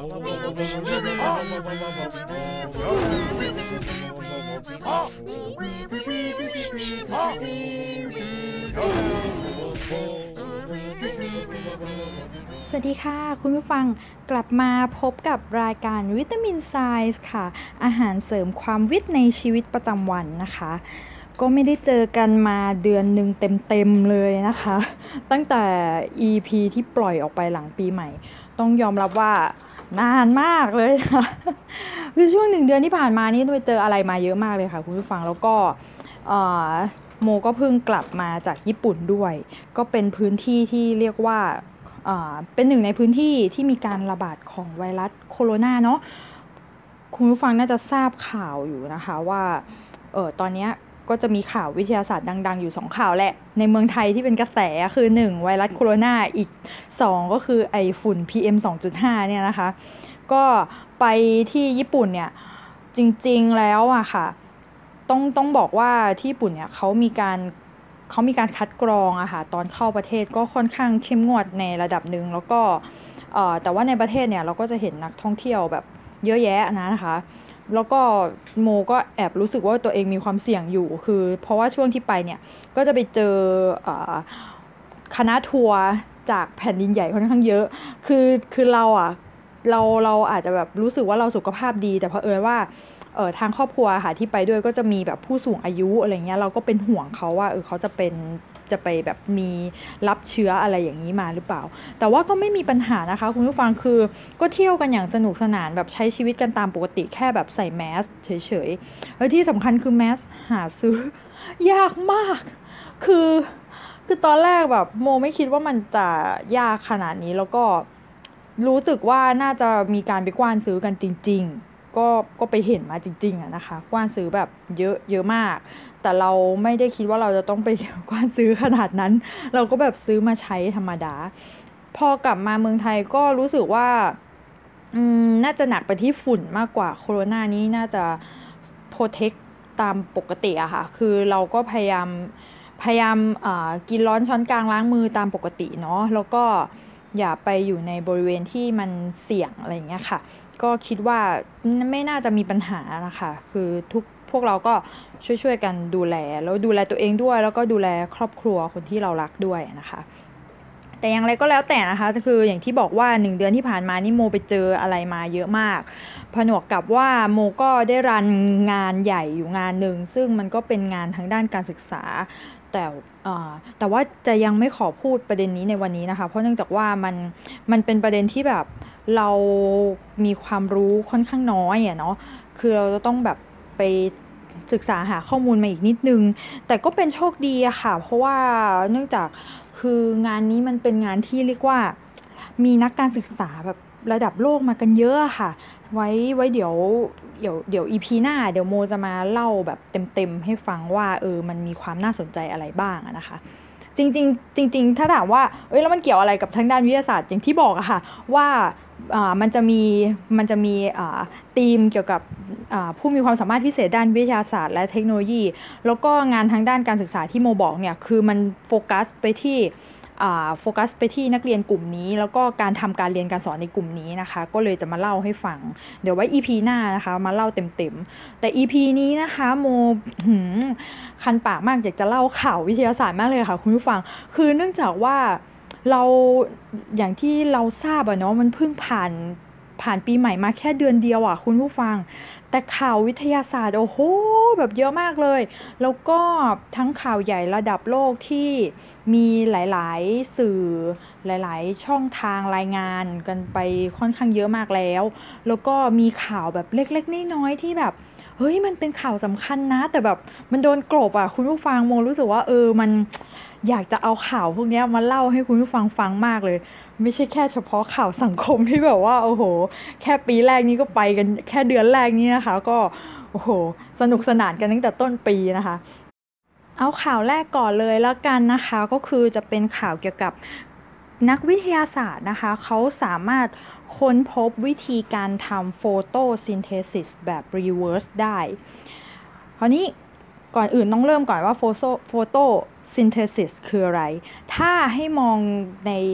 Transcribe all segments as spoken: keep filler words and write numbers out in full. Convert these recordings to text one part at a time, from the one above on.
สวัสดีค่ะคุณผู้ฟังกลับมาพบกับรายการวิตามินไซส์ค่ะอาหารเสริมความวิตในชีวิตประจำวันนะคะก็ไม่ได้เจอกันมาเดือนหนึ่งเต็มๆเลยนะคะตั้งแต่ อี พี ที่ปล่อยออกไปหลังปีใหม่ต้องยอมรับว่านานมากเลยค่ะคือช่วงหนึ่งเดือนที่ผ่านมานี่ไปเจออะไรมาเยอะมากเลยค่ะคุณผู้ฟังแล้วก็โมก็เพิ่งกลับมาจากญี่ปุ่นด้วยก็เป็นพื้นที่ที่เรียกว่าเป็นหนึ่งในพื้นที่ที่มีการระบาดของไวรัสโคโรนาเนาะคุณผู้ฟังน่าจะทราบข่าวอยู่นะคะว่าเออตอนนี้ก็จะมีข่าววิทยาศาสตร์ดังๆอยู่สองข่าวแหละในเมืองไทยที่เป็นกระแสคือหนึ่งไวรัสโคโรนาอีกสองก็คือไอฝุ่น พี เอ็ม สองจุดห้า เนี่ยนะคะก็ไปที่ญี่ปุ่นเนี่ยจริงๆแล้วอะค่ะต้องต้องบอกว่าที่ญี่ปุ่นเนี่ยเขามีการเขามีการคัดกรองอะค่ะตอนเข้าประเทศก็ค่อนข้างเข้มงวดในระดับหนึ่งแล้วก็แต่ว่าในประเทศเนี่ยเราก็จะเห็นนักท่องเที่ยวแบบเยอะแยะนะนะคะแล้วก็โมก็แอบรู้สึกว่าตัวเองมีความเสี่ยงอยู่คือเพราะว่าช่วงที่ไปเนี่ยก็จะไปเจอคณะทัวร์จากแผ่นดินใหญ่ค่อนข้างเยอะคือคือเราอะเราเราอาจจะแบบรู้สึกว่าเราสุขภาพดีแต่เผอิญว่าเอ่อทางครอบครัวค่ะที่ไปด้วยก็จะมีแบบผู้สูงอายุอะไรเงี้ยเราก็เป็นห่วงเขาว่าเออเขาจะเป็นจะไปแบบมีรับเชื้ออะไรอย่างนี้มาหรือเปล่าแต่ว่าก็ไม่มีปัญหานะคะคุณผู้ฟังคือก็เที่ยวกันอย่างสนุกสนานแบบใช้ชีวิตกันตามปกติแค่แบบใส่แมสเฉยๆแล้วที่สำคัญคือแมสหาซื้อยากมากคือคือตอนแรกแบบโมไม่คิดว่ามันจะยากขนาดนี้แล้วก็รู้สึกว่าน่าจะมีการไปกว้านซื้อกันจริงๆก็ก็ไปเห็นมาจริงๆอะนะคะกว้านซื้อแบบเยอะเยอะมากแต่เราไม่ได้คิดว่าเราจะต้องไปกว้านซื้อขนาดนั้นเราก็แบบซื้อมาใช้ธรรมดาพอกลับมาเมืองไทยก็รู้สึกว่าอืมน่าจะหนักไปที่ฝุ่นมากกว่าโคโรนานี้น่าจะโปรเทคตามปกติอะค่ะคือเราก็พยายามพยายามกินร้อนช้อนกลางล้างมือตามปกติเนาะแล้วก็อย่าไปอยู่ในบริเวณที่มันเสี่ยงอะไรอย่างเงี้ยค่ะก็คิดว่าไม่น่าจะมีปัญหานะคะคือทุกพวกเราก็ช่วยๆกันดูแลแล้วดูแลตัวเองด้วยแล้วก็ดูแลครอบครัวคนที่เรารักด้วยนะคะแต่อย่างไรก็แล้วแต่นะคะคืออย่างที่บอกว่าหนึ่งเดือนที่ผ่านมานี่โมไปเจออะไรมาเยอะมากผนวกกับว่าโมก็ได้รันงานใหญ่อยู่งานหนึ่งซึ่งมันก็เป็นงานทางด้านการศึกษาแต่แต่ว่าจะยังไม่ขอพูดประเด็นนี้ในวันนี้นะคะเพราะเนื่องจากว่ามันมันเป็นประเด็นที่แบบเรามีความรู้ค่อนข้างน้อยอ่ะเนาะคือเราจะต้องแบบไปศึกษาหาข้อมูลมาอีกนิดนึงแต่ก็เป็นโชคดีอะค่ะเพราะว่าเนื่องจากคืองานนี้มันเป็นงานที่เรียกว่ามีนักการศึกษาแบบระดับโลกมากันเยอะค่ะไว้ไว้เดี๋ยวเดี๋ยวเดี๋ยว อี พี หน้าเดี๋ยวโมจะมาเล่าแบบเต็มๆให้ฟังว่าเออมันมีความน่าสนใจอะไรบ้างนะคะจริงๆจริงๆถ้าถามว่าเอ้ยแล้วมันเกี่ยวอะไรกับทางด้านวิทยาศาสตร์อย่างที่บอกอะค่ะว่าอ่ามันจะมีมันจะมีอ่าธีมเกี่ยวกับอ่าผู้มีความสามารถพิเศษด้านวิทยาศาสตร์และเทคโนโลยีแล้วก็งานทางด้านการศึกษาที่โมบอกเนี่ยคือมันโฟกัสไปที่อ่าโฟกัสไปที่นักเรียนกลุ่มนี้แล้วก็การทำการเรียนการสอนในกลุ่มนี้นะคะก็เลยจะมาเล่าให้ฟังเดี๋ยวไว้ อี พี หน้านะคะมาเล่าเต็มๆแต่ อี พี นี้นะคะโมคันปากมากอยากจะเล่าข่าววิทยาศาสตร์มากเลยค่ะคุณผู้ฟังคือเนื่องจากว่าเราอย่างที่เราทราบอะเนาะมันเพิ่งผ่านผ่านปีใหม่มาแค่เดือนเดียวอะคุณผู้ฟังแต่ข่าววิทยาศาสตร์โอ้โหแบบเยอะมากเลยแล้วก็ทั้งข่าวใหญ่ระดับโลกที่มีหลายๆสื่อหลายๆช่องทางรายงานกันไปค่อนข้างเยอะมากแล้วแล้วก็มีข่าวแบบเล็กๆน้อยๆที่แบบเฮ้ยมันเป็นข่าวสำคัญนะแต่แบบมันโดนกลบอ่ะคุณผู้ฟังโมรู้สึกว่าเออมันอยากจะเอาข่าวพวกนี้มาเล่าให้คุณผู้ฟังฟังมากเลยไม่ใช่แค่เฉพาะข่าวสังคมที่แบบว่าโอ้โหแค่ปีแรกนี้ก็ไปกันแค่เดือนแรกนี้นะคะก็โอ้โหสนุกสนานกันตั้งแต่ต้นปีนะคะเอาข่าวแรกก่อนเลยแล้วกันนะคะก็คือจะเป็นข่าวเกี่ยวกับนักวิทยาศาสตร์นะคะเขาสามารถค้นพบวิธีการทำโฟโตซินเทซิสแบบรีเวิร์สได้คราวนี้ก่อนอื่นต้องเริ่มก่อนว่าโฟโตโฟโตซินเทซิสคืออะไรถ้าให้มองใน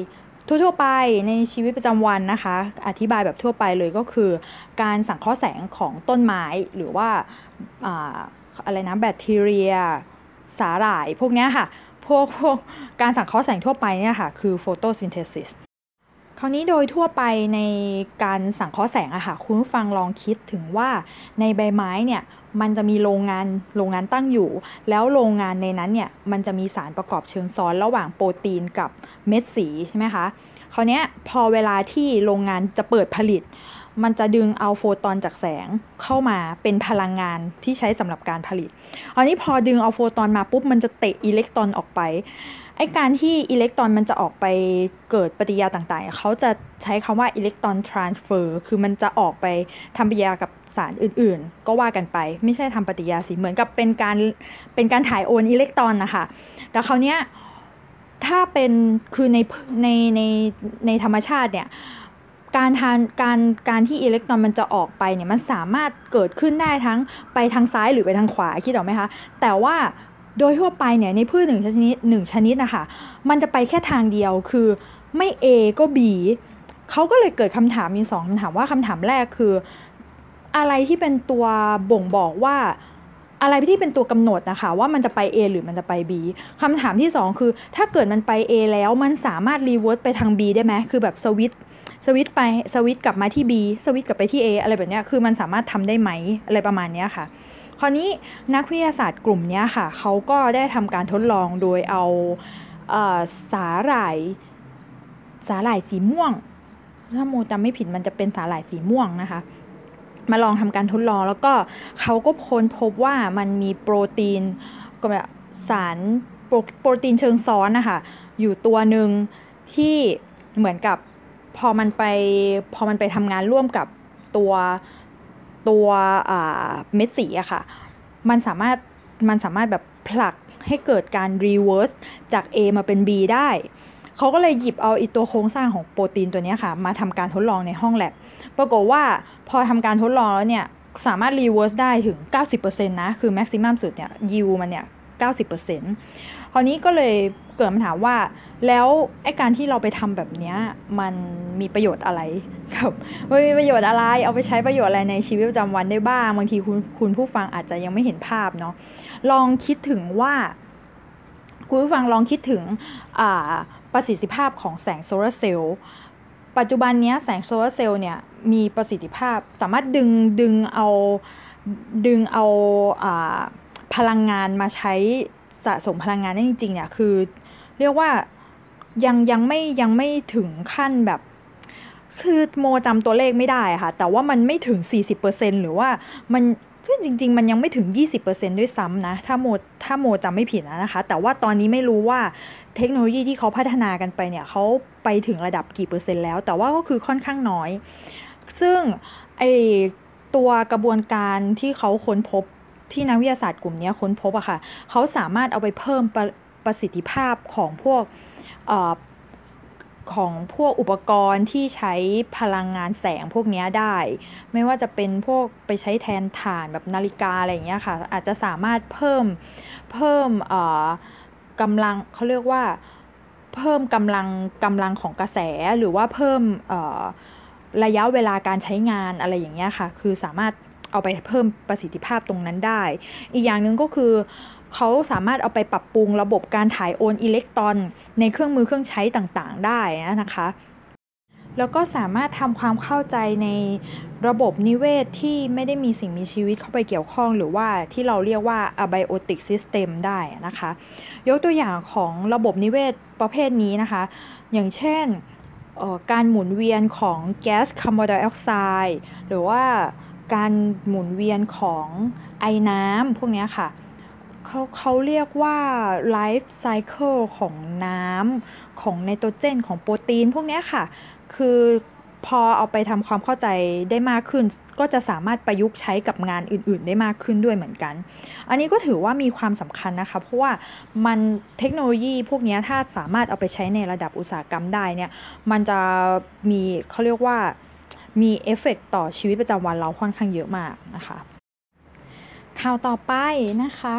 ทั่วๆไปในชีวิตประจำวันนะคะอธิบายแบบทั่วไปเลยก็คือการสังเคราะห์แสงของต้นไม้หรือว่าอ่าอะไรนะแบคทีเรียสาหร่ายพวกนี้ค่ะพวกพวกการสังเคราะห์แสงทั่วไปเนี่ยค่ะคือโฟโตซินเทซิสคราวนี้โดยทั่วไปในการสังเคราะห์แสงอะค่ะคุณผู้ฟังลองคิดถึงว่าในใบไม้เนี่ยมันจะมีโรงงานโรงงานตั้งอยู่แล้วโรงงานในนั้นเนี่ยมันจะมีสารประกอบเชิงซ้อนระหว่างโปรตีนกับเม็ดสีใช่ไหมคะคราวนี้พอเวลาที่โรงงานจะเปิดผลิตมันจะดึงเอาโฟตอนจากแสงเข้ามาเป็นพลังงานที่ใช้สำหรับการผลิตคราวนี้พอดึงเอาโฟตอนมาปุ๊บมันจะเตะอิเล็กตรอนออกไปไอการที่อิเล็กตรอนมันจะออกไปเกิดปฏิกิริยาต่างๆเขาจะใช้คำว่าอิเล็กตรอนทรานสเฟอร์คือมันจะออกไปทำปฏิกิริยากับสารอื่นๆก็ว่ากันไปไม่ใช่ทำปฏิกิริยาสิเหมือนกับเป็นการเป็นการถ่ายโอนอิเล็กตรอนนะคะแต่คราวนี้ถ้าเป็นคือในในในในธรรมชาติเนี่ยการทานการการที่อิเล็กตรอนมันจะออกไปเนี่ยมันสามารถเกิดขึ้นได้ทั้งไปทางซ้ายหรือไปทางขวาคิดออกไหมคะแต่ว่าโดยทั่วไปเนี่ยในพืชหนึ่งชนิดหนึ่งชนิดนะคะมันจะไปแค่ทางเดียวคือไม่ A ก็ B เขาก็เลยเกิดคำถามมีสองคำถามว่าคำถามแรกคืออะไรที่เป็นตัวบ่งบอกว่าอะไรที่เป็นตัวกำหนดนะคะว่ามันจะไป A หรือมันจะไป B คำถามที่สองคือถ้าเกิดมันไป A แล้วมันสามารถรีเวิร์สไปทาง B ได้ไหมคือแบบสวิตช์สวิตช์ไปสวิตช์กลับมาที่ B สวิตช์กลับไปที่ A อะไรแบบนี้คือมันสามารถทำได้ไหมอะไรประมาณนี้ค่ะคราวนี้นักวิทยาศาสตร์กลุ่มนี้ค่ะเขาก็ได้ทำการทดลองโดยเอาเอ่อสาหร่ายสาหร่ายสีม่วงถ้าโมจำไม่ผิดมันจะเป็นสาหร่ายสีม่วงนะคะมาลองทำการทดลองแล้วก็เขาก็ค้นพบว่ามันมีโปรตีนก็แบบสารโปรโปรตีนเชิงซ้อนนะคะอยู่ตัวหนึ่งที่เหมือนกับพอมันไปพอมันไปทำงานร่วมกับตัวตัวเม็ดสีอะค่ะมันสามารถมันสามารถแบบผลักให้เกิดการรีเวิร์สจาก A มาเป็น B ได้เขาก็เลยหยิบเอาอีตัวโครงสร้างของโปรตีนตัวนี้ค่ะมาทำการทดลองในห้องแลบปรากฏว่าพอทำการทดลองแล้วเนี่ยสามารถรีเวิร์สได้ถึง เก้าสิบเปอร์เซ็นต์ นะคือแม็กซิมัมสุดเนี่ยยิวมันเนี่ย เก้าสิบเปอร์เซ็นต์ คราวนี้ก็เลยเกิดคำถามว่าแล้วไอ้การที่เราไปทำแบบนี้มันมีประโยชน์อะไรครับมันมีประโยชน์อะไรเอาไปใช้ประโยชน์อะไรในชีวิตประจำวันได้บ้างบางทีคุณคุณผู้ฟังอาจจะยังไม่เห็นภาพเนาะลองคิดถึงว่าคุณผู้ฟังลองคิดถึงประสิทธิภาพของแสงโซลาร์เซลล์ปัจจุบันนี้แสงโซลาร์เซลล์เนี่ยมีประสิทธิภาพสามารถดึงดึงเอาดึงเอาพลังงานมาใช้สะสมพลังงานได้จริงๆเนี่ยคือเรียกว่ายังยังไม่ยังไม่ถึงขั้นแบบคือโมจำตัวเลขไม่ได้ค่ะแต่ว่ามันไม่ถึง สี่สิบเปอร์เซ็นต์ หรือว่ามันซึ่งจริงๆมันยังไม่ถึง ยี่สิบเปอร์เซ็นต์ ด้วยซ้ำนะถ้าโมถ้าโมจำไม่ผิดนะคะแต่ว่าตอนนี้ไม่รู้ว่าเทคโนโลยีที่เขาพัฒนากันไปเนี่ยเขาไปถึงระดับกี่เปอร์เซ็นต์แล้วแต่ว่าก็คือค่อนข้างน้อยซึ่งไอตัวกระบวนการที่เขาค้นพบที่นักวิทยาศาสตร์กลุ่มนี้ค้นพบอะค่ะเขาสามารถเอาไปเพิ่มประประสิทธิภาพของพวกเอ่อของพวกอุปกรณ์ที่ใช้พลังงานแสงพวกนี้ได้ไม่ว่าจะเป็นพวกไปใช้แทนถ่านแบบนาฬิกาอะไรอย่างเงี้ยค่ะอาจจะสามารถเพิ่มเพิ่มเอ่อกำลังเขาเรียกว่าเพิ่มกำลังกำลังของกระแสหรือว่าเพิ่มเอ่อระยะเวลาการใช้งานอะไรอย่างเงี้ยค่ะคือสามารถเอาไปเพิ่มประสิทธิภาพตรงนั้นได้อีกอย่างหนึ่งก็คือเขาสามารถเอาไปปรับปรุงระบบการถ่ายโอนอิเล็กตรอนในเครื่องมือเครื่องใช้ต่างๆได้นะคะแล้วก็สามารถทำความเข้าใจในระบบนิเวศที่ไม่ได้มีสิ่งมีชีวิตเข้าไปเกี่ยวข้องหรือว่าที่เราเรียกว่า abiotic system ได้นะคะยกตัวอย่างของระบบนิเวศประเภทนี้นะคะอย่างเช่นการหมุนเวียนของแก๊สคาร์บอนไดออกไซด์หรือว่าการหมุนเวียนของไอน้ำพวกนี้ค่ะเขาเขาเรียกว่า life cycle ของน้ำของไนโตรเจนของโปรตีนพวกนี้ค่ะคือพอเอาไปทำความเข้าใจได้มากขึ้นก็จะสามารถประยุกต์ใช้กับงานอื่นๆได้มากขึ้นด้วยเหมือนกันอันนี้ก็ถือว่ามีความสำคัญนะคะเพราะว่ามันเทคโนโลยีพวกนี้ถ้าสามารถเอาไปใช้ในระดับอุตสาหกรรมได้เนี่ยมันจะมีเขาเรียกว่ามีเอฟเฟกต์ต่อชีวิตประจำวันเราค่อนข้างเยอะมากนะคะข่าวต่อไปนะคะจ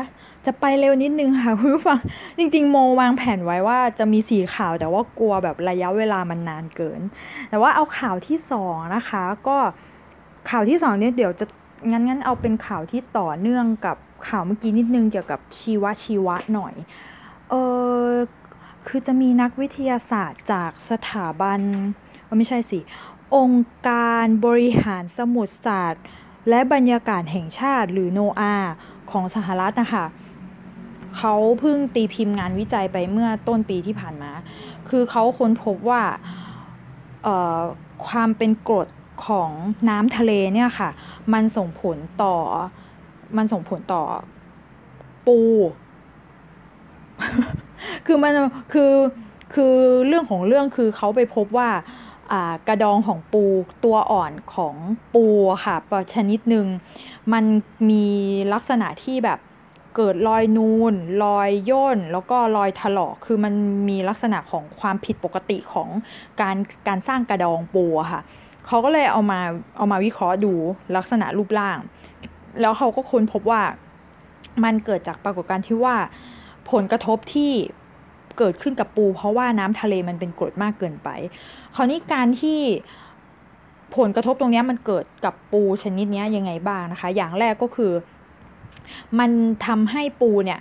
จะไปเร็วนิดนึงค่ะคุณผู้ฟังจริงๆโมวางแผนไว้ว่าจะมีสี่ข่าวแต่ว่ากลัวแบบระยะเวลามันนานเกินแต่ว่าเอาข่าวที่สองนะคะก็ข่าวที่สองเนี่ยเดี๋ยวจะงั้นงั้นเอาเป็นข่าวที่ต่อเนื่องกับข่าวเมื่อกี้นิดนึงเกี่ยวกับชีวชีวะหน่อยเออคือจะมีนักวิทยาศาสตร์จากสถาบันไม่ใช่สิองค์การบริหารสมุทรศาสตร์และบรรยากาศแห่งชาติหรือโนอา ของสหรัฐนะคะเขาเพิ่งตีพิมพ์งานวิจัยไปเมื่อต้นปีที่ผ่านมาคือเขาค้นพบว่าความเป็นกรดของน้ำทะเลเนี่ยค่ะมันส่งผลต่อมันส่งผลต่อปู คือมันคือคือเรื่องของเรื่องคือเขาไปพบว่ากระดองของปูตัวอ่อนของปูค่ะชนิดหนึ่งมันมีลักษณะที่แบบเกิดรอยนูนรอยย่นแล้วก็รอยถลอกคือมันมีลักษณะของความผิดปกติของการการสร้างกระดองปูค่ะเขาก็เลยเอามาเอามาวิเคราะห์ดูลักษณะรูปร่างแล้วเขาก็ค้นพบว่ามันเกิดจากปรากฏการณ์ที่ว่าผลกระทบที่เกิดขึ้นกับปูเพราะว่าน้ำทะเลมันเป็นกรดมากเกินไปคราวนี้การที่ผลกระทบตรงนี้มันเกิดกับปูชนิดนี้ยังไงบ้างนะคะอย่างแรกก็คือมันทำให้ปูเนี่ย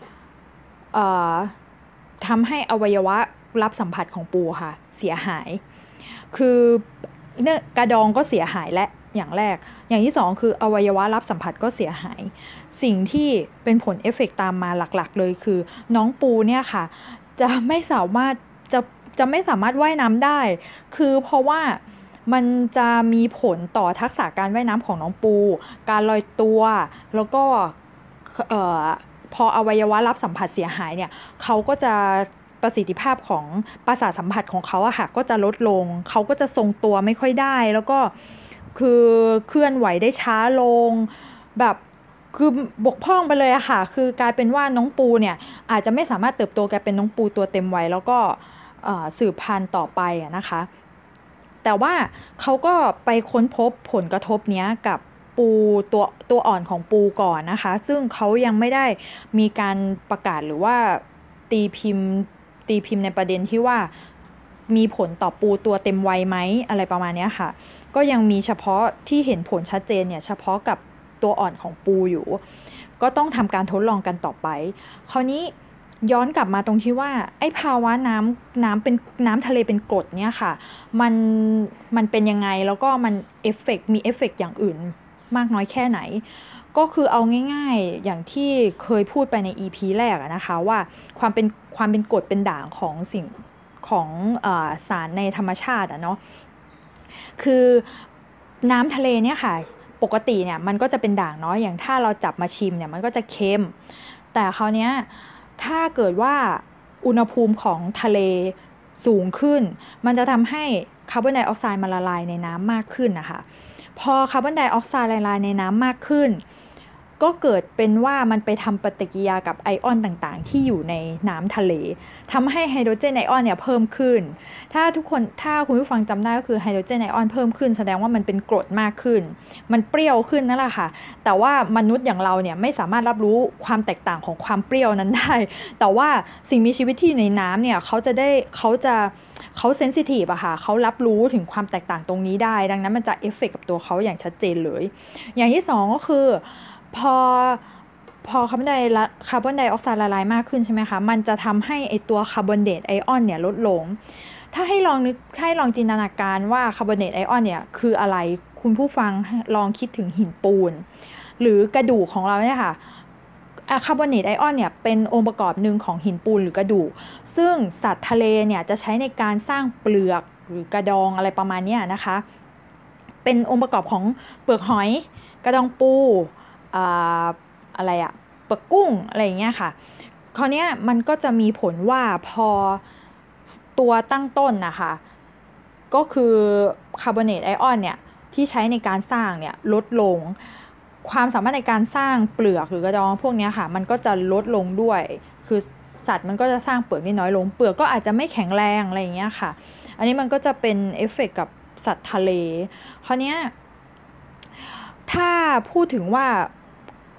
ทำให้อวัยวะรับสัมผัสของปูค่ะเสียหายคือเนี่ยกระดองก็เสียหายและอย่างแรกอย่างที่สองคืออวัยวะรับสัมผัสก็เสียหายสิ่งที่เป็นผลเอฟเฟกต์ตามมาหลักๆเลยคือน้องปูเนี่ยค่ะจะไม่สามารถจะจะไม่สามารถว่ายน้ำได้คือเพราะว่ามันจะมีผลต่อทักษะการว่ายน้ำของน้องปูการลอยตัวแล้วก็เอ่อพออวัยวะรับสัมผัสเสียหายเนี่ยเขาก็จะประสิทธิภาพของประสาทสัมผัสของเขาอะค่ะก็จะลดลงเขาก็จะทรงตัวไม่ค่อยได้แล้วก็คือเคลื่อนไหวได้ช้าลงแบบคือบกพร่องไปเลยอะค่ะคือกลายเป็นว่าน้องปูเนี่ยอาจจะไม่สามารถเติบโตกลายเป็นน้องปูตัวเต็มวัยแล้วก็สืบพันธุ์ต่อไปอะนะคะแต่ว่าเขาก็ไปค้นพบผลกระทบเนี้ยกับปูตัวตัวอ่อนของปูก่อนนะคะซึ่งเขายังไม่ได้มีการประกาศหรือว่าตีพิมพ์ตีพิมพ์ในประเด็นที่ว่ามีผลต่อปูตัวเต็มวัยไหมอะไรประมาณนี้ค่ะก็ยังมีเฉพาะที่เห็นผลชัดเจนเนี่ยเฉพาะกับตัวอ่อนของปูอยู่ก็ต้องทำการทดลองกันต่อไปคราวนี้ย้อนกลับมาตรงที่ว่าไอ้ภาวะน้ำน้ำเป็นน้ำทะเลเป็นกรดเนี่ยค่ะมันมันเป็นยังไงแล้วก็มันเอฟเฟกต์มีเอฟเฟกต์อย่างอื่นมากน้อยแค่ไหนก็คือเอาง่ายๆอย่างที่เคยพูดไปใน อี พี แรกนะคะว่าความเป็นความเป็นกรดเป็นด่างของสิ่งของเอ่อสารในธรรมชาติอะเนาะคือน้ำทะเลเนี่ยค่ะปกติเนี่ยมันก็จะเป็นด่างเนาะอย่างถ้าเราจับมาชิมเนี่ยมันก็จะเค็มแต่คราวเนี้ยถ้าเกิดว่าอุณหภูมิของทะเลสูงขึ้นมันจะทำให้คาร์บอนไดออกไซด์มันละลายในน้ำมากขึ้นนะคะพอคาร์บอนไดออกไซด์ละลายในน้ำมากขึ้นก็เกิดเป็นว่ามันไปทำปฏิกิริยากับไอออนต่างๆที่อยู่ในน้ำทะเลทำให้ไฮโดรเจนไอออนเนี่ยเพิ่มขึ้นถ้าทุกคนถ้าคุณผู้ฟังจำได้ก็คือไฮโดรเจนไอออนเพิ่มขึ้นแสดงว่ามันเป็นกรดมากขึ้นมันเปรี้ยวขึ้นนั่นแหละค่ะแต่ว่ามนุษย์อย่างเราเนี่ยไม่สามารถรับรู้ความแตกต่างของความเปรี้ยวนั้นได้แต่ว่าสิ่งมีชีวิตที่อยู่ในน้ำเนี่ยเขาจะได้เขาจะเขาเซนซิทีฟอะค่ะเขารับรู้ถึงความแตกต่างตรงนี้ได้ดังนั้นมันจะเอฟเฟกต์กับตัวเขาอย่างชัดเจนเลยอย่างที่สองก็คือพอพอคาร์บอนไดคาร์บอนไดออกไซด์ละลายมากขึ้นใช่ไหมคะมันจะทำให้ไอตัวคาร์บอนเนตไอออนเนี่ยลดลงถ้าให้ลองนึกให้ลองจินตนาการว่าคาร์บอนเนตไอออนเนี่ยคืออะไรคุณผู้ฟังลองคิดถึงหินปูนหรือกระดูกของเราเนี่ยค่ะคาร์บอเนตไอออนเนี่ยเป็นองค์ประกอบหนึ่งของหินปูนหรือกระดูกซึ่งสัตว์ทะเลเนี่ยจะใช้ในการสร้างเปลือกหรือกระดองอะไรประมาณนี้นะคะเป็นองค์ประกอบของเปลือกหอยกระดองปูอ่าอะไรอะเปลือกกุ้งอะไรอย่างเงี้ยค่ะคราวนี้มันก็จะมีผลว่าพอตัวตั้งต้นนะคะก็คือคาร์บอเนตไอออนเนี่ยที่ใช้ในการสร้างเนี่ยลดลงความสามารถในการสร้างเปลือกหรือกระดองพวกนี้ค่ะมันก็จะลดลงด้วยคือสัตว์มันก็จะสร้างเปลือกได้น้อยลงเปลือกก็อาจจะไม่แข็งแรงอะไรอย่างเงี้ยค่ะอันนี้มันก็จะเป็นเอฟเฟกต์กับสัตว์ทะเลคราวนี้ถ้าพูดถึงว่า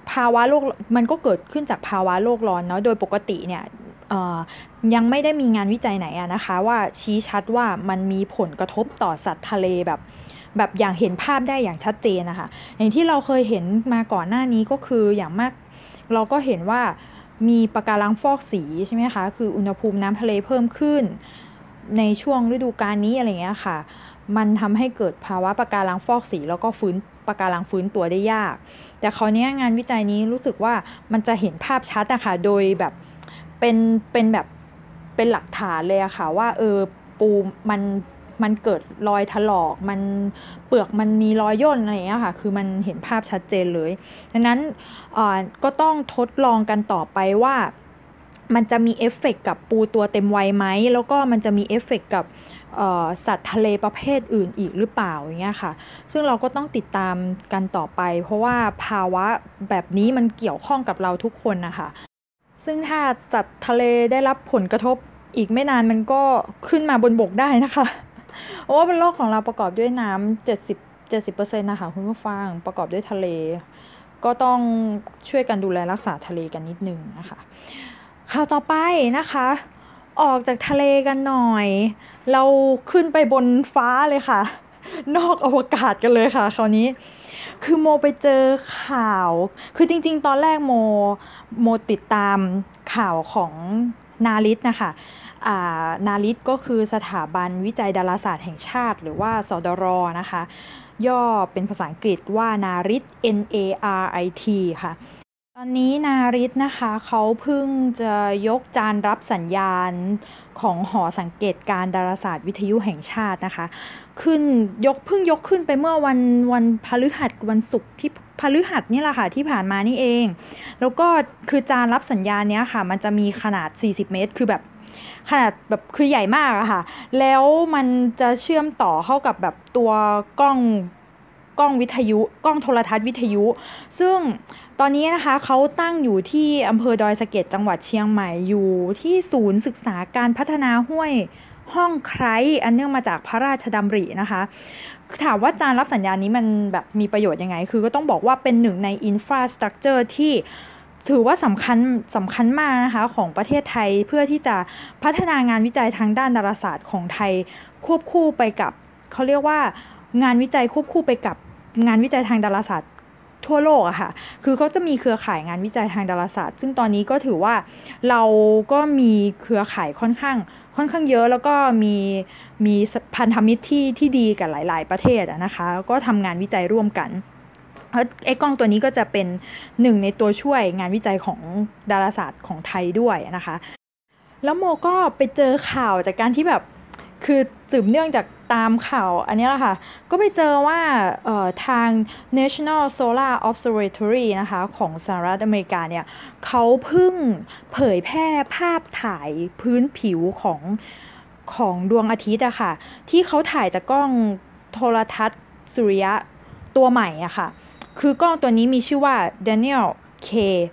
ภาวะโลกมันก็เกิดขึ้นจากภาวะโลกร้อนเนาะโดยปกติเนี่ยยังไม่ได้มีงานวิจัยไหนอะนะคะว่าชี้ชัดว่ามันมีผลกระทบต่อสัตว์ทะเลแบบแบบอย่างเห็นภาพได้อย่างชัดเจนนะคะอย่างที่เราเคยเห็นมาก่อนหน้านี้ก็คืออย่างมากเราก็เห็นว่ามีปะการังฟอกสีใช่ไหมคะคืออุณหภูมิน้ำทะเลเพิ่มขึ้นในช่วงฤดูกาลนี้อะไรเงี้ยค่ะมันทำให้เกิดภาวะปะการังฟอกสีแล้วก็ฟื้นปะการังฟื้นตัวได้ยากแต่คราวนี้งานวิจัยนี้รู้สึกว่ามันจะเห็นภาพชัดนะคะโดยแบบเป็นเป็นแบบเป็นหลักฐานเลยอะค่ะว่าเออปูมันมันเกิดรอยถลอกมันเปลือกมันมีรอยย่นอะไรอย่างเงี้ยค่ะคือมันเห็นภาพชัดเจนเลยดังนั้นก็ต้องทดลองกันต่อไปว่ามันจะมีเอฟเฟกต์กับปูตัวเต็มวัยไหมแล้วก็มันจะมีเอฟเฟกต์กับสัตว์ทะเลประเภทอื่นอีกหรือเปล่าอย่างเงี้ยค่ะซึ่งเราก็ต้องติดตามกันต่อไปเพราะว่าภาวะแบบนี้มันเกี่ยวข้องกับเราทุกคนนะคะซึ่งถ้าสัตว์ทะเลได้รับผลกระทบอีกไม่นานมันก็ขึ้นมาบนบกได้นะคะเพราะว่าบนโลกของเราประกอบด้วยน้ำเจ็ดสิบ เจ็ดสิบเปอร์เซ็นต์ นะคะคุณผู้ฟังประกอบด้วยทะเลก็ต้องช่วยกันดูแลรักษาทะเลกันนิดนึงนะคะข่าวต่อไปนะคะออกจากทะเลกันหน่อยเราขึ้นไปบนฟ้าเลยค่ะนอกอวกาศกันเลยค่ะคราวนี้คือโมไปเจอข่าวคือจริงๆตอนแรกโมโมติดตามข่าวของนาริตนะคะอ่านาริตก็คือสถาบันวิจัยดาราศาสตร์แห่งชาติหรือว่าสดรนะคะย่อเป็นภาษาอังกฤษว่านาริต N A R I T ค่ะตอนนี้นาริตนะคะเขาเพิ่งจะยกจานรับสัญญาณของหอสังเกตการดาราศาสตร์วิทยุแห่งชาตินะคะขึ้นยกเพิ่งยกขึ้นไปเมื่อวันวันพฤหัสวันศุกร์ที่พฤหัสนี่แหละค่ะที่ผ่านมานี่เองแล้วก็คือจานรับสัญญาณเนี้ยค่ะมันจะมีขนาดสี่สิบเมตรคือแบบขนาดแบบคือใหญ่มากอะค่ะแล้วมันจะเชื่อมต่อเข้ากับแบบตัวกล้องกล้องวิทยุกล้องโทรทัศน์วิทยุซึ่งตอนนี้นะคะเขาตั้งอยู่ที่อำเภอดอยสะเก็ดจังหวัดเชียงใหม่อยู่ที่ศูนย์ศึกษาการพัฒนาห้วยห้องไคร้อันเนื่องมาจากพระราชดำรินะคะถามว่าจานรับสัญญาณนี้มันแบบมีประโยชน์ยังไงคือก็ต้องบอกว่าเป็นหนึ่งในอินฟราสตรัคเจอร์ที่ถือว่าสำคัญสำคัญมากนะคะของประเทศไทยเพื่อที่จะพัฒนางานวิจัยทางด้านดาราศาสตร์ของไทยควบคู่ไปกับเขาเรียกว่างานวิจัยควบคู่ไปกับงานวิจัยทางดาราศาสตร์ทั่วโลกอะค่ะคือเขาจะมีเครือข่ายงานวิจัยทางดาราศาสตร์ซึ่งตอนนี้ก็ถือว่าเราก็มีเครือข่ายค่อนข้างค่อนข้างเยอะแล้วก็มีมีพันธมิตรที่ที่ดีกับหลายๆประเทศอะนะคะก็ทำงานวิจัยร่วมกันไอ้กล้องตัวนี้ก็จะเป็นหนึ่งในตัวช่วยงานวิจัยของดาราศาสตร์ของไทยด้วยนะคะแล้วโมก็ไปเจอข่าวจากการที่แบบคือสืบเนื่องจากตามข่าวอันนี้แหละค่ะก็ไปเจอว่าทาง National Solar Observatory นะคะของสหรัฐอเมริกาเนี่ยเขาเพิ่งเผยแพร่ภาพถ่ายพื้นผิวของของดวงอาทิตย์อะค่ะที่เขาถ่ายจากกล้องโทรทัศน์สุริยะตัวใหม่อะค่ะคือกล้องตัวนี้มีชื่อว่า Daniel K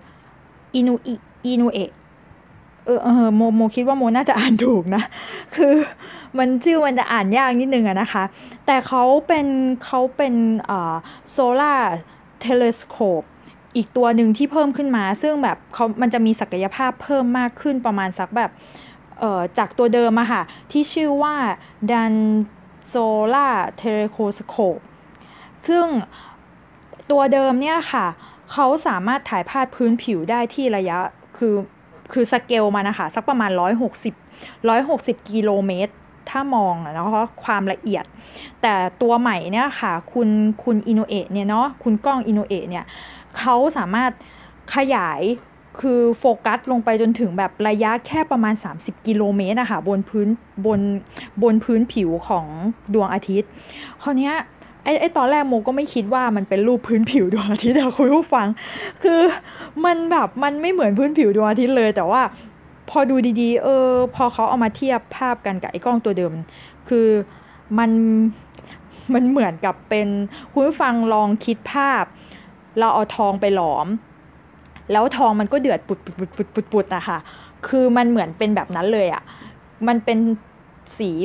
Inouyeเออเออโมโมคิดว่าโมน่าจะอ่านถูกนะคือมันชื่อมันจะอ่านยากนิดนึงอะนะคะแต่เขาเป็นเขาเป็นอ่าโซลาร์เทเลสโคปอีกตัวหนึ่งที่เพิ่มขึ้นมาซึ่งแบบเขามันจะมีศักยภาพเพิ่มมากขึ้นประมาณสักแบบเอ่อจากตัวเดิมอะค่ะที่ชื่อว่า Dan Solar Telescope ซึ่งตัวเดิมเนี่ยค่ะเขาสามารถถ่ายภาพพื้นผิวได้ที่ระยะคือคือสเกลมานะคะสักประมาณหนึ่งร้อยหกสิบ หนึ่งร้อยหกสิบกิโลเมตรถ้ามองนะเนาะความละเอียดแต่ตัวใหม่เนี่ยค่ะคุณคุณอิโนเอะเนี่ยเนาะคุณกล้องอิโนเอะเนี่ยเขาสามารถขยายคือโฟกัสลงไปจนถึงแบบระยะแค่ประมาณสามสิบกิโลเมตรนะคะบนพื้นบนบนพื้นผิวของดวงอาทิตย์คราวเนี้ยไอ้ไอ้ตอนแรกโมก็ไม่คิดว่ามันเป็นรูปพื้นผิวดวงอาทิตย์อะคุณผู้ฟังคือมันแบบมันไม่เหมือนพื้นผิวดวงอาทิตย์เลยแต่ว่าพอดูดีๆเออพอเขาเอามาเทียบภาพกันกับไอ้กล้องตัวเดิมคือมันมันเหมือนกับเป็นคุณผู้ฟังลองคิดภาพเราเอาทองไปหลอมแล้วทองมันก็เดือดปุดปุดปุดปุดปุดปุดอะค่ะคือมันเหมือนเป็นแบบนั้นเลยอะมันเป็นสีแบบ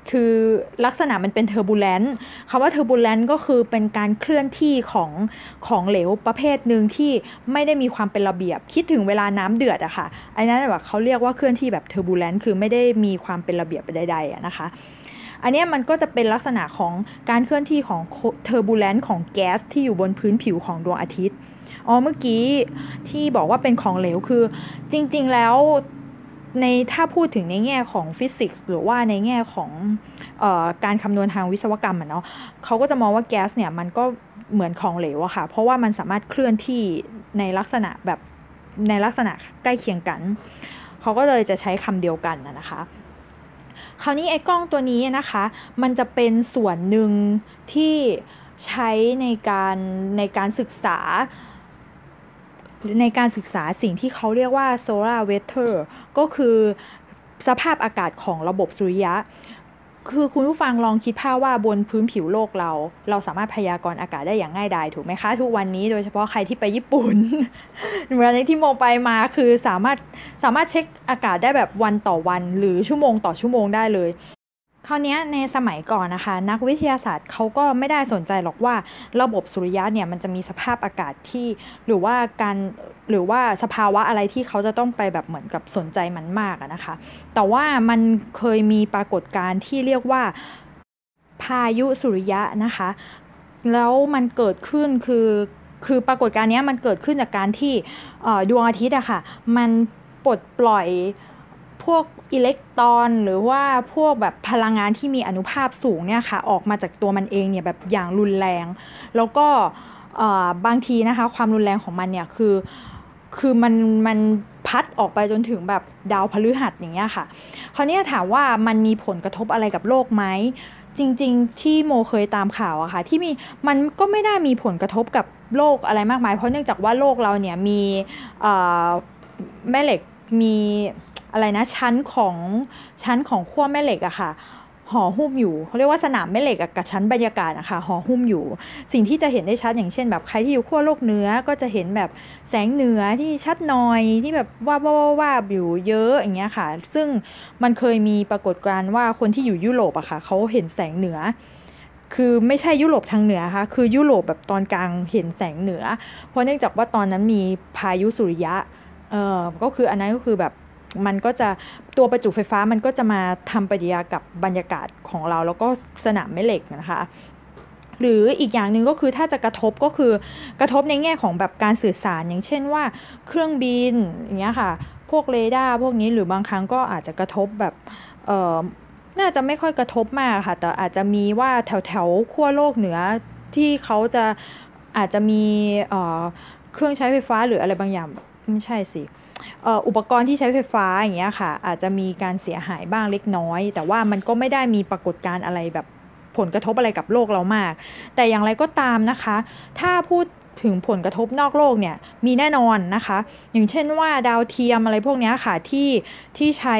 คือลักษณะมันเป็นเทอร์บูเลนต์คำว่าเทอร์บูเลนต์ก็คือเป็นการเคลื่อนที่ของของเหลวประเภทหนึ่งที่ไม่ได้มีความเป็นระเบียบคิดถึงเวลาน้ำเดือดอะค่ะไอ้นั้นแบบเขาเรียกว่าเคลื่อนที่แบบเทอร์บูเลนต์คือไม่ได้มีความเป็นระเบียบใดๆอะนะคะอันนี้มันก็จะเป็นลักษณะของการเคลื่อนที่ของเทอร์บูเลนต์ของแก๊สที่อยู่บนพื้นผิวของดวงอาทิตย์อ๋อเมื่อกี้ที่บอกว่าเป็นของเหลวคือจริงๆแล้วในถ้าพูดถึงในแง่ของฟิสิกส์หรือว่าในแง่ของเอ่อการคำนวณทางวิศวกรรมอะเนาะเขาก็จะมองว่าแก๊สเนี่ยมันก็เหมือนของเหลวอะค่ะเพราะว่ามันสามารถเคลื่อนที่ในลักษณะแบบในลักษณะใกล้เคียงกันเขาก็เลยจะใช้คำเดียวกันนะคะคราวนี้ไอ้กล้องตัวนี้นะคะมันจะเป็นส่วนหนึ่งที่ใช้ในการในการศึกษาในการศึกษาสิ่งที่เขาเรียกว่า solar weather ก็คือสภาพอากาศของระบบสุริยะคือคุณผู้ฟังลองคิดภาพว่าบนพื้นผิวโลกเราเราสามารถพยากรณ์อากาศได้อย่างง่ายดายถูกไหมคะทุกวันนี้โดยเฉพาะใครที่ไปญี่ปุ่น เหมือนที่โมไปมาคือสามารถสามารถเช็คอากาศได้แบบวันต่อวันหรือชั่วโมงต่อชั่วโมงได้เลยคราวนี้ในสมัยก่อนนะคะนักวิทยาศาสตร์เขาก็ไม่ได้สนใจหรอกว่าระบบสุริยะเนี่ยมันจะมีสภาพอากาศที่หรือว่าการหรือว่าสภาวะอะไรที่เขาจะต้องไปแบบเหมือนกับสนใจมันมากนะคะแต่ว่ามันเคยมีปรากฏการณ์ที่เรียกว่าพายุสุริยะนะคะแล้วมันเกิดขึ้นคือคือปรากฏการณ์นี้มันเกิดขึ้นจากการที่ดวงอาทิตย์อะค่ะมันปลดปล่อยพวกอิเล็กตรอนหรือว่าพวกแบบพลังงานที่มีอนุภาคสูงเนี่ยค่ะออกมาจากตัวมันเองเนี่ยแบบอย่างรุนแรงแล้วก็บางทีนะคะความรุนแรงของมันเนี่ยคือคือมันมันพัดออกไปจนถึงแบบดาวพฤหัสอย่างเงี้ยค่ะคราวนี้ถามว่ามันมีผลกระทบอะไรกับโลกไหมจริงๆที่โมเคยตามข่าวอะค่ะที่มีมันก็ไม่ได้มีผลกระทบกับโลกอะไรมากมายเพราะเนื่องจากว่าโลกเราเนี่ยมีแม่เหล็กมีอะไรนะชั้นของชั้นของขั้วแม่เหล็กอะค่ะห่อหุ้มอยู่เขาเรียกว่าสนามแม่เหล็กกับชั้นบรรยากาศอะค่ะห่อหุ้มอยู่สิ่งที่จะเห็นได้ชัดอย่างเช่นแบบใครที่อยู่ขั้วโลกเหนือก็จะเห็นแบบแสงเหนือที่ชัดหน่อยที่แบบว่าว่าว่าอยู่เยอะอย่างเงี้ยค่ะซึ่งมันเคยมีปรากฏการณ์ว่าคนที่อยู่ยุโรปอะค่ะเขาเห็นแสงเหนือคือไม่ใช่ยุโรปทางเหนือค่ะคือยุโรปแบบตอนกลางเห็นแสงเหนือเพราะเนื่องจากว่าตอนนั้นมีพายุสุริยะเออก็คืออันนั้นก็คือแบบมันก็จะตัวประจุไฟฟ้ามันก็จะมาทำปฏิกิริยากับบรรยากาศของเราแล้วก็สนามแม่เหล็กนะคะหรืออีกอย่างหนึ่งก็คือถ้าจะกระทบก็คือกระทบในแง่ของแบบการสื่อสารอย่างเช่นว่าเครื่องบินอย่างเงี้ยค่ะพวกเรดาร์พวกนี้หรือบางครั้งก็อาจจะกระทบแบบเอ่อน่าจะไม่ค่อยกระทบมากค่ะแต่อาจจะมีว่าแถวแถวขั้วโลกเหนือที่เขาจะอาจจะมีเอ่อเครื่องใช้ไฟฟ้าหรืออะไรบางอย่างไม่ใช่สิอุปกรณ์ที่ใช้ไฟฟ้าอย่างเงี้ยค่ะอาจจะมีการเสียหายบ้างเล็กน้อยแต่ว่ามันก็ไม่ได้มีปรากฏการณ์อะไรแบบผลกระทบอะไรกับโลกเรามากแต่อย่างไรก็ตามนะคะถ้าพูดถึงผลกระทบนอกโลกเนี่ยมีแน่นอนนะคะอย่างเช่นว่าดาวเทียมอะไรพวกนี้ค่ะที่ที่ใช้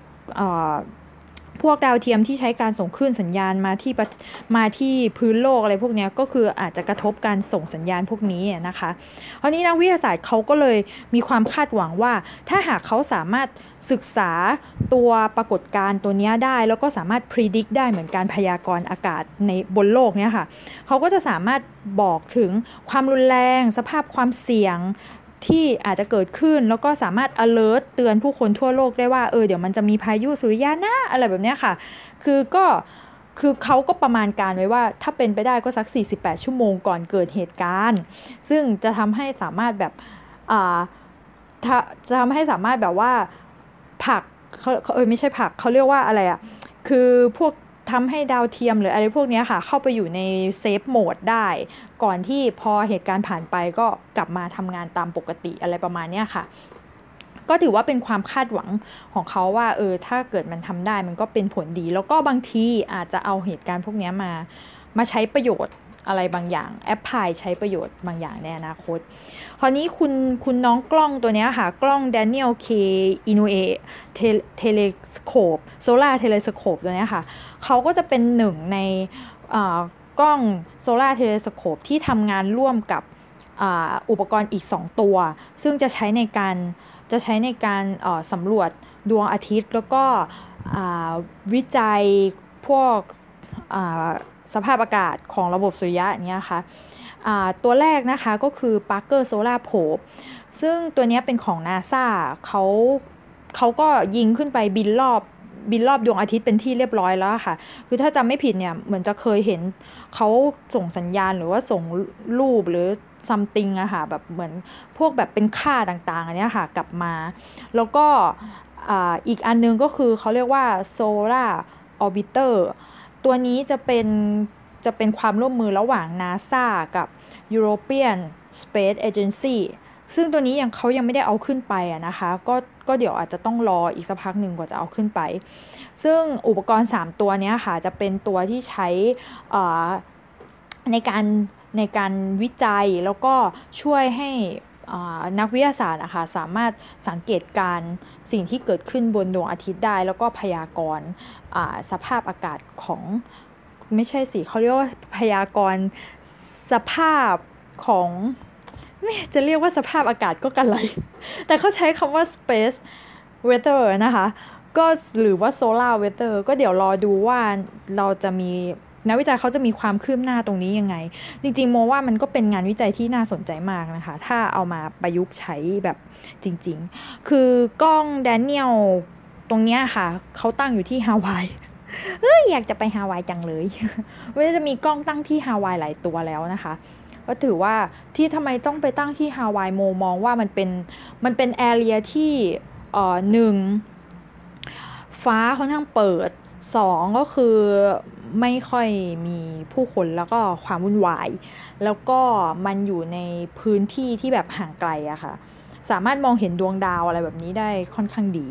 พวกดาวเทียมที่ใช้การส่งคลื่นสัญญาณมาที่มาที่พื้นโลกอะไรพวกนี้ก็คืออาจจะกระทบการส่งสัญญาณพวกนี้นะคะคราวนี้นักวิทยาศาสตร์เขาก็เลยมีความคาดหวังว่าถ้าหากเขาสามารถศึกษาตัวปรากฏการณ์ตัวนี้ได้แล้วก็สามารถ predict ได้เหมือนการพยากรณ์อากาศในบนโลกเนี่ยค่ะเขาก็จะสามารถบอกถึงความรุนแรงสภาพความเสี่ยงที่อาจจะเกิดขึ้นแล้วก็สามารถ alert เตือนผู้คนทั่วโลกได้ว่าเออเดี๋ยวมันจะมีพายุสุริยะนะอะไรแบบนี้ค่ะคือก็คือเขาก็ประมาณการไว้ว่าถ้าเป็นไปได้ก็สักสี่สิบแปดชั่วโมงก่อนเกิดเหตุการณ์ซึ่งจะทำให้สามารถแบบอ่าจะทำให้สามารถแบบว่าผลักเขาเออไม่ใช่ผลักเขาเรียกว่าอะไรอ่ะคือพวกทำให้ดาวเทียมหรืออะไรพวกนี้ค่ะเข้าไปอยู่ในเซฟโหมดได้ก่อนที่พอเหตุการณ์ผ่านไปก็กลับมาทำงานตามปกติอะไรประมาณนี้ค่ะก็ถือว่าเป็นความคาดหวังของเขาว่าเออถ้าเกิดมันทำได้มันก็เป็นผลดีแล้วก็บางทีอาจจะเอาเหตุการณ์พวกนี้มามาใช้ประโยชน์อะไรบางอย่างแอปพลายใช้ประโยชน์บางอย่างในอนาคตคราวนี้คุณคุณน้องกล้องตัวนี้ค่ะกล้อง Daniel K Inouye Telescope Solar Telescope ตัวนี้ค่ะเขาก็จะเป็นหนึ่งในกล้อง Solar Telescope ที่ทำงานร่วมกับอุปกรณ์อีกสองตัวซึ่งจะใช้ในการจะใช้ในการสำรวจดวงอาทิตย์แล้วก็วิจัยพวกสภาพอากาศของระบบสุริยะเนี้ยค่ะตัวแรกนะคะก็คือ Parker Solar Probe ซึ่งตัวนี้เป็นของ NASA เขาเขาก็ยิงขึ้นไปบินรอบบินรอบดวงอาทิตย์เป็นที่เรียบร้อยแล้วค่ะคือถ้าจำไม่ผิดเนี่ยเหมือนจะเคยเห็นเขาส่งสัญญาณหรือว่าส่งรูปหรือ something อะค่ะแบบเหมือนพวกแบบเป็นค่าต่างๆอันนี้ค่ะกลับมาแล้วก็อีกอันนึงก็คือเขาเรียกว่า Solar Orbiter ตัวนี้จะเป็นจะเป็นความร่วมมือระหว่าง NASA กับ European Space Agency ซึ่งตัวนี้ยังเขายังไม่ได้เอาขึ้นไปอะนะคะก็ก็เดี๋ยวอาจจะต้องรออีกสักพักหนึ่งกว่าจะเอาขึ้นไปซึ่งอุปกรณ์สามตัวนี้ค่ะจะเป็นตัวที่ใช้ในการในการวิจัยแล้วก็ช่วยให้นักวิทยาศาสตร์นะคะสามารถสังเกตการสิ่งที่เกิดขึ้นบนดวงอาทิตย์ได้แล้วก็พยากรณ์สภาพอากาศของไม่ใช่สิเขาเรียกว่าพยากรณ์สภาพของไม่จะเรียกว่าสภาพอากาศก็กันไรแต่เขาใช้คำว่า space weather นะคะก็หรือว่า solar weather ก็เดี๋ยวรอดูว่าเราจะมีนักวิจัยเขาจะมีความคืบหน้าตรงนี้ยังไงจริงๆโมว่ามันก็เป็นงานวิจัยที่น่าสนใจมากนะคะถ้าเอามาประยุกต์ใช้แบบจริงๆคือกล้องแดเนียลตรงเนี้ยค่ะเขาตั้งอยู่ที่ฮาวายเอ้ยอยากจะไปฮาวายจังเลยว่าจะมีกล้องตั้งที่ฮาวายหลายตัวแล้วนะคะก็ถือว่าที่ทำไมต้องไปตั้งที่ฮาวายโมมองว่ามันเป็นมันเป็นแอเรียที่เอ่อหนึ่งฟ้าค่อนข้างเปิดสองก็คือไม่ค่อยมีผู้คนแล้วก็ความวุ่นวายแล้วก็มันอยู่ในพื้นที่ที่แบบห่างไกลอะค่ะสามารถมองเห็นดวงดาวอะไรแบบนี้ได้ค่อนข้างดี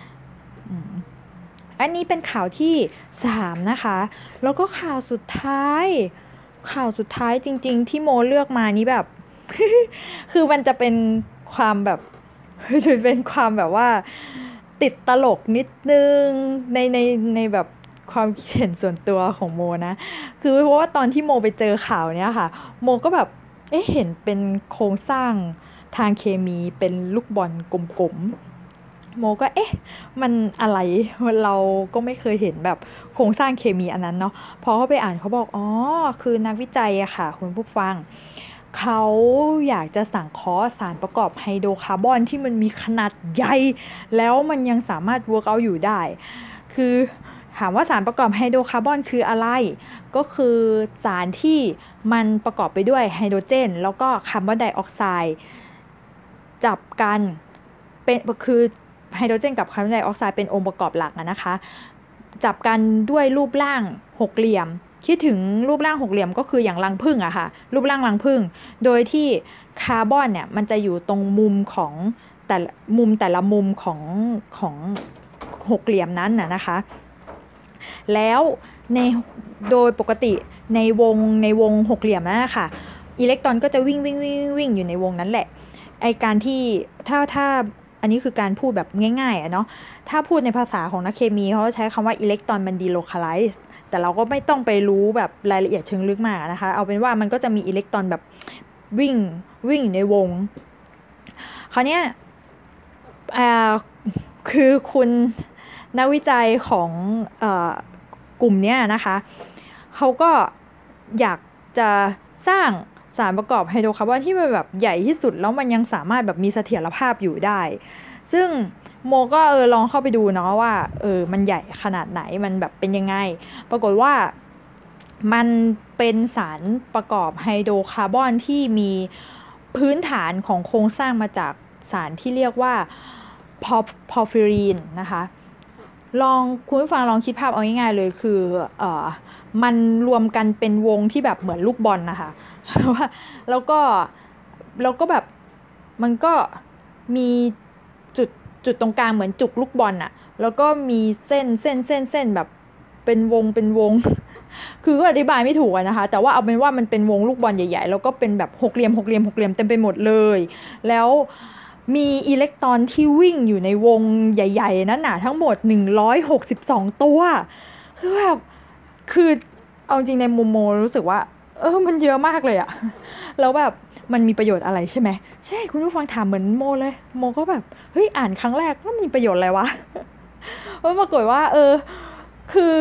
อันนี้เป็นข่าวที่สามนะคะแล้วก็ข่าวสุดท้ายข่าวสุดท้ายจริงๆที่โมเลือกมานี้แบบ คือมันจะเป็นความแบบจะเป็นความแบบว่าติดตลกนิดนึงในในในแบบความคิดเห็นส่วนตัวของโมนะคือเพราะว่าตอนที่โมไปเจอข่าวเนี้ยค่ะโมก็แบบเอ๊ะเห็นเป็นโครงสร้างทางเคมีเป็นลูกบอลกลมๆโมก็เอ๊ะมันอะไรเราก็ไม่เคยเห็นแบบโครงสร้างเคมีอันนั้นเนาะพอเขาไปอ่านเขาบอกอ๋อคือนักวิจัยอะค่ะคุณผู้ฟังเขาอยากจะสังเคราะห์สารประกอบไฮโดรคาร์บอนที่มันมีขนาดใหญ่แล้วมันยังสามารถเวิร์กเอาท์อยู่ได้คือถามว่าสารประกอบไฮโดรคาร์บอนคืออะไรก็คือสารที่มันประกอบไปด้วยไฮโดรเจนแล้วก็คาร์บอนไดออกไซด์จับกันเป็นคือไฮโดรเจนกับคาร์บอนไดออกไซด์เป็นองค์ประกอบหลักนะคะจับกันด้วยรูปร่างหกเหลี่ยมคิดถึงรูปร่างหกเหลี่ยมก็คืออย่างรังผึ้งอะค่ะรูปร่างรังผึ้งโดยที่คาร์บอนเนี่ยมันจะอยู่ตรงมุมของแต่มุมแต่ละมุมของของหกเหลี่ยมนั้นน่ะนะคะแล้วในโดยปกติในวงในวงหกเหลี่ยมนั้นนะคะอิเล็กตรอนก็จะวิ่งวิ่งวิ่งวิ่งอยู่ในวงนั้นแหละไอการที่ถ้าถ้าอันนี้คือการพูดแบบง่ายๆอะเนาะถ้าพูดในภาษาของนักเคมีเขาใช้คำว่าอิเล็กตรอนมันดีโลคาไลซ์แต่เราก็ไม่ต้องไปรู้แบบรายละเอียดเชิงลึกมากนะคะเอาเป็นว่ามันก็จะมีอิเล็กตรอนแบบวิ่งวิ่งอยู่ในวงคราวเนี้ยอ่าคือคุณนักวิจัยของเอ่อกลุ่มเนี้ยนะคะเขาก็อยากจะสร้างสารประกอบไฮโดรคาร์บอนที่มันแบบใหญ่ที่สุดแล้วมันยังสามารถแบบมีเสถียรภาพอยู่ได้ซึ่งโมก็เออลองเข้าไปดูเนาะว่าเออมันใหญ่ขนาดไหนมันแบบเป็นยังไงปรากฏว่ามันเป็นสารประกอบไฮโดรคาร์บอนที่มีพื้นฐานของโครงสร้างมาจากสารที่เรียกว่าพอร์ฟิรีนนะคะลองคุณผู้ฟังลองคิดภาพเอาง่ายๆเลยคือเอ่อมันรวมกันเป็นวงที่แบบเหมือนลูกบอลนะคะแล้วก็แล้วก็แบบมันก็มีจุดจุดตรงกลางเหมือนจุกลูกบอลอะแล้วก็มีเส้นเส้นเส้นเส้นแบบเป็นวงเป็นวงคือก็อธิบายไม่ถูกนะคะแต่ว่าเอาเป็นว่ามันเป็นวงลูกบอลใหญ่ๆแล้วก็เป็นแบบหกเหลี่ยมหกเหลี่ยมหกเหลี่ยมเต็มไปหมดเลยแล้วมีอิเล็กตรอนที่วิ่งอยู่ในวงใหญ่ๆนั้นน่ะทั้งหมดหนึ่งร้อยหกสิบสองตัวคือแบบคือเอาจริงในมุมโมรู้สึกว่าเออมันเยอะมากเลยอะแล้วแบบมันมีประโยชน์อะไรใช่ไหมใช่คุณผู้ฟังถามเหมือนโมเลยโมก็แบบเฮ้ยอ่านครั้งแรกแล้วมีประโยชน์อะไรวะว่าปรากฏว่าเออคือ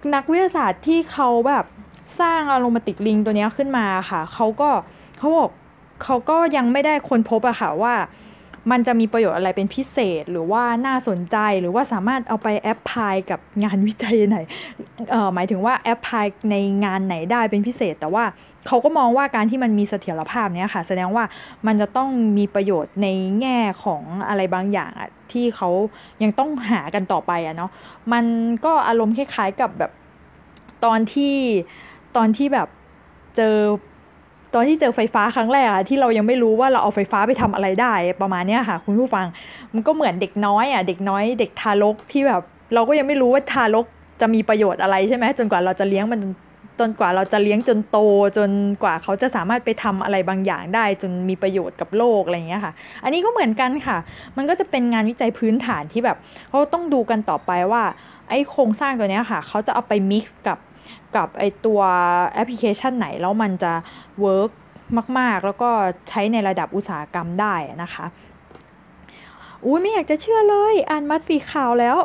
นักวิทยาศาสตร์ที่เขาแบบสร้างอะโรมาติกลิงตัวนี้ขึ้นมาค่ะเขาก็เขาบอกเขาก็ยังไม่ได้ค้นพบอะค่ะว่ามันจะมีประโยชน์อะไรเป็นพิเศษหรือว่าน่าสนใจหรือว่าสามารถเอาไปแอพพลายกับงานวิจัยไหนเอ่อหมายถึงว่าแอพพลายในงานไหนได้เป็นพิเศษแต่ว่าเขาก็มองว่าการที่มันมีเสถียรภาพเนี้ยค่ะแสดงว่ามันจะต้องมีประโยชน์ในแง่ของอะไรบางอย่างอะที่เขายังต้องหากันต่อไปอะเนาะมันก็อารมณ์คล้ายๆกับแบบตอนที่ตอนที่แบบเจอตอนที่เจอไฟฟ้าครั้งแรกอะที่เรายังไม่รู้ว่าเราเอาไฟฟ้าไปทำอะไรได้ประมาณนี้ค่ะคุณผู้ฟังมันก็เหมือนเด็กน้อยอะเด็กน้อยเด็กทารกที่แบบเราก็ยังไม่รู้ว่าทารกจะมีประโยชน์อะไรใช่ไหมจนกว่าเราจะเลี้ยงมันจนกว่าเราจะเลี้ยงจนโตจนกว่าเขาจะสามารถไปทำอะไรบางอย่างได้จนมีประโยชน์กับโลกอะไรอย่างเงี้ยค่ะอันนี้ก็เหมือนกันค่ะมันก็จะเป็นงานวิจัยพื้นฐานที่แบบเขาต้องดูกันต่อไปว่าไอ้โครงสร้างตัวนี้ค่ะเขาจะเอาไป mix กับกับไอตัวแอปพลิเคชันไหนแล้วมันจะเวิร์กมากๆแล้วก็ใช้ในระดับอุตสาหกรรมได้นะคะอุ้ยไม่อยากจะเชื่อเลยอ่านมาสีขาวแล้ว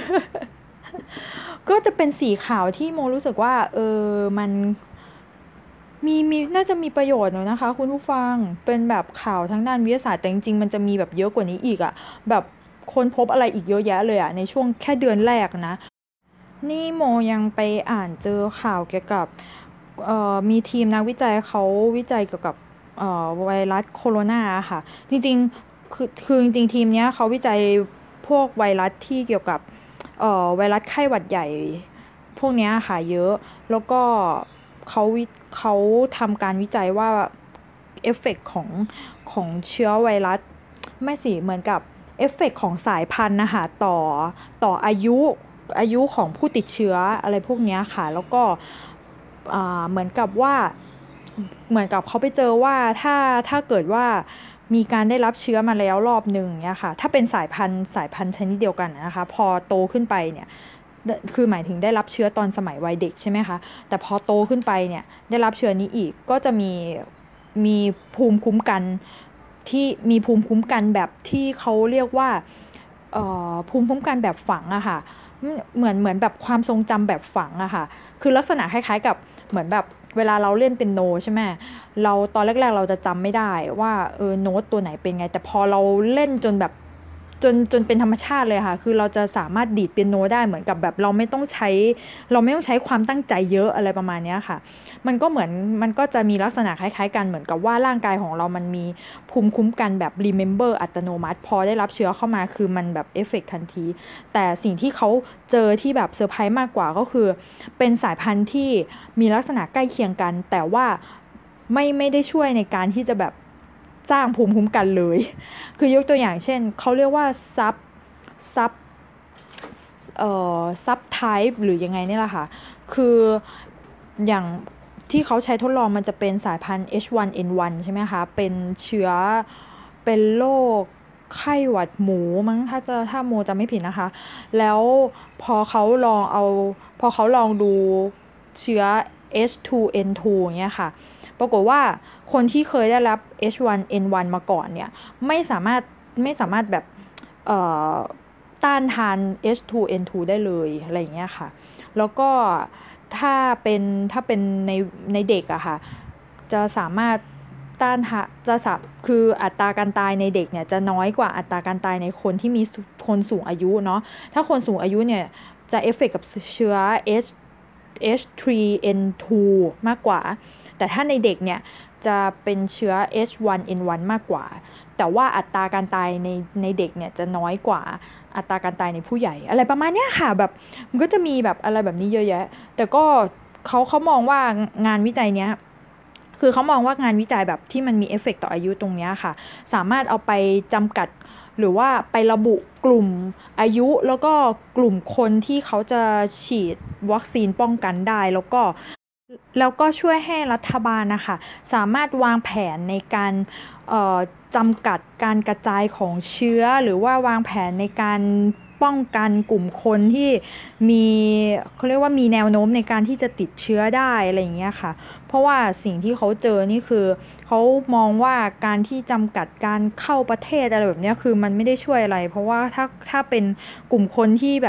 ก็จะเป็นสีขาวที่โมรู้สึกว่าเออมันมีมีน่าจะมีประโยชน์หน่อยนะคะคุณผู้ฟังเป็นแบบข่าวทั้งด้านวิทยาศาสตร์แต่จริงๆมันจะมีแบบเยอะกว่านี้อีกอะแบบค้นพบอะไรอีกเยอะแยะเลยอะในช่วงแค่เดือนแรกนะนี่โมยังไปอ่านเจอข่าวเกี่ยวกับมีทีมนักวิจัยเขาวิจัยเกี่ยวกับไวรัสโคโรนาค่ะจริงๆคือคือจริงๆทีมนี้เขาวิจัยพวกไวรัสที่เกี่ยวกับไวรัสไข้หวัดใหญ่พวกนี้ค่ะเยอะแล้วก็เขาเขาทำการวิจัยว่าเอฟเฟกต์ของของเชื้อไวรัสไม่สิเหมือนกับเอฟเฟกต์ของสายพันธุ์นะคะต่อต่ออายุอายุของผู้ติดเชื้ออะไรพวกนี้ค่ะแล้วก็เหมือนกับว่าเหมือนกับเขาไปเจอว่าถ้าถ้าเกิดว่ามีการได้รับเชื้อมาแล้วรอบหนึ่งเนี่ยค่ะถ้าเป็นสายพันธุ์สายพันธุ์ชนิดเดียวกันนะคะพอโตขึ้นไปเนี่ยคือหมายถึงได้รับเชื้อตอนสมัยวัยเด็กใช่ไหมคะแต่พอโตขึ้นไปเนี่ยได้รับเชื้อนี้อีกก็จะมีมีภูมิคุ้มกันที่มีภูมิคุ้มกันแบบที่เขาเรียกว่าภูมิคุ้มกันแบบฝังอะค่ะเหมือนเหมือนแบบความทรงจำแบบฝังอะค่ะคือลักษณะคล้ายๆกับเหมือนแบบเวลาเราเล่นเป็นโนใช่ไหมเราตอนแรกๆเราจะจำไม่ได้ว่าเออโน้ตตัวไหนเป็นไงแต่พอเราเล่นจนแบบจนจนเป็นธรรมชาติเลยค่ะคือเราจะสามารถดีดเปียโนได้เหมือนกับแบบเราไม่ต้องใช้เราไม่ต้องใช้ความตั้งใจเยอะอะไรประมาณนี้ค่ะมันก็เหมือนมันก็จะมีลักษณะคล้ายๆกันเหมือนกับว่าร่างกายของเรามันมีภูมิคุ้มกันแบบ remember อัตโนมัติพอได้รับเชื้อเข้ามาคือมันแบบเอฟเฟกต์ทันทีแต่สิ่งที่เขาเจอที่แบบเซอร์ไพรส์มากกว่าก็คือเป็นสายพันธุ์ที่มีลักษณะใกล้เคียงกันแต่ว่าไม่ไม่ได้ช่วยในการที่จะแบบสร้างภูมิคุ้มกันเลยคือยกตัวอย่างเช่นเขาเรียกว่าซับซับเอ่อซับไทป์หรือยังไงนี่แหละค่ะคืออย่างที่เขาใช้ทดลองมันจะเป็นสายพันธุ์ เอช วัน เอ็น วัน ใช่ไหมคะเป็นเชื้อเป็นโรคไข้หวัดหมูมั้งถ้าจะถ้าโมจะไม่ผิดนะคะแล้วพอเขาลองเอาพอเขาลองดูเชื้อ เอช ทู เอ็น ทู อย่างเงี้ยค่ะปรากฏว่าคนที่เคยได้รับ เอช วัน เอ็น วัน มาก่อนเนี่ยไม่สามารถไม่สามารถแบบเอ่อต้านทาน เอช ทู เอ็น ทู ได้เลยอะไรอย่างเงี้ยค่ะแล้วก็ถ้าเป็นถ้าเป็นในในเด็กอะค่ะจะสามารถต้านทานจะสับคืออัตราการตายในเด็กเนี่ยจะน้อยกว่าอัตราการตายในคนที่มีคนสูงอายุเนาะถ้าคนสูงอายุเนี่ยจะเอฟเฟกต์กับเชื้อ H เอช ทรี เอ็น ทู มากกว่าแต่ถ้าในเด็กเนี่ยจะเป็นเชื้อ เอช วัน เอ็น วัน มากกว่าแต่ว่าอัตราการตายในในเด็กเนี่ยจะน้อยกว่าอัตราการตายในผู้ใหญ่อะไรประมาณนี้ค่ะแบบมันก็จะมีแบบอะไรแบบนี้เยอะแยะแต่ก็เขาเขามองว่างานวิจัยเนี้ยคือเขามองว่างานวิจัยแบบที่มันมีเอฟเฟกต์ต่ออายุตรงนี้ค่ะสามารถเอาไปจำกัดหรือว่าไประบุกลุ่มอายุแล้วก็กลุ่มคนที่เขาจะฉีดวัคซีนป้องกันได้แล้วก็แล้วก็ช่วยให้รัฐบาลนะคะสามารถวางแผนในการจำกัดการกระจายของเชื้อหรือว่าวางแผนในการป้องกันกลุ่มคนที่มีเขาเรียกว่ามีแนวโน้มในการที่จะติดเชื้อได้อะไรอย่างเงี้ยค่ะเพราะว่าสิ่งที่เขาเจอนี่คือเขามองว่าการที่จำกัดการเข้าประเทศอะไรแบบนี้คือมันไม่ได้ช่วยอะไรเพราะว่าถ้าถ้าเป็นกลุ่มคนที่แบบ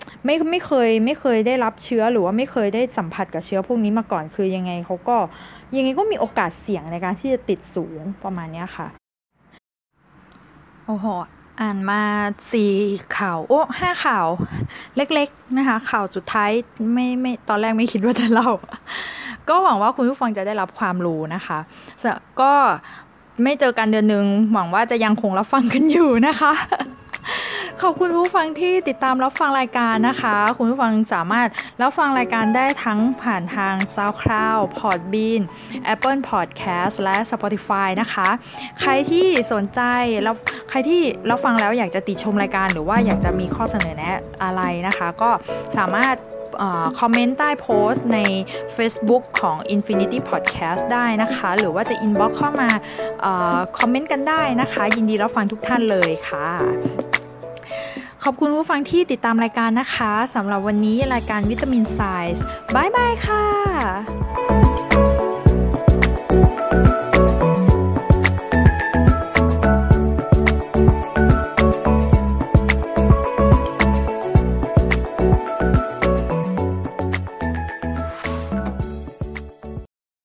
ไม่ไม่เคยไม่เคยได้รับเชื้อหรือว่าไม่เคยได้สัมผัสกับเชื้อพวกนี้มาก่อนคือยังไงเขาก็ยังไงก็มีโอกาสเสี่ยงในการที่จะติดสูงประมาณนี้ค่ะโอ้โหอ่านมาสี่ข่าวโอ้ห้าข่าวเล็กๆนะคะข่าวสุดท้ายไม่ไม่ตอนแรกไม่คิดว่าจะเล่าก็หวังว่าคุณผู้ฟังจะได้รับความรู้นะคะก็ไม่เจอกันเดือนนึงหวังว่าจะยังคงรับฟังกันอยู่นะคะขอบคุณผู้ฟังที่ติดตามรับฟังรายการนะคะคุณผู้ฟังสามารถรับฟังรายการได้ทั้งผ่านทาง SoundCloud, Podbean, Apple Podcast และ Spotify นะคะใครที่สนใจแล้วใครที่รับฟังแล้วอยากจะติชมรายการหรือว่าอยากจะมีข้อเสนอแนะอะไรนะคะก็สามารถคอมเมนต์ใต้โพสต์ใน Facebook ของ Infinity Podcast ได้นะคะหรือว่าจะ inbox เข้ามาคอมเมนต์กันได้นะคะยินดีรับฟังทุกท่านเลยค่ะขอบคุณผู้ฟังที่ติดตามรายการนะคะสำหรับวันนี้รายการวิตามินไซส์บายบายค่ะ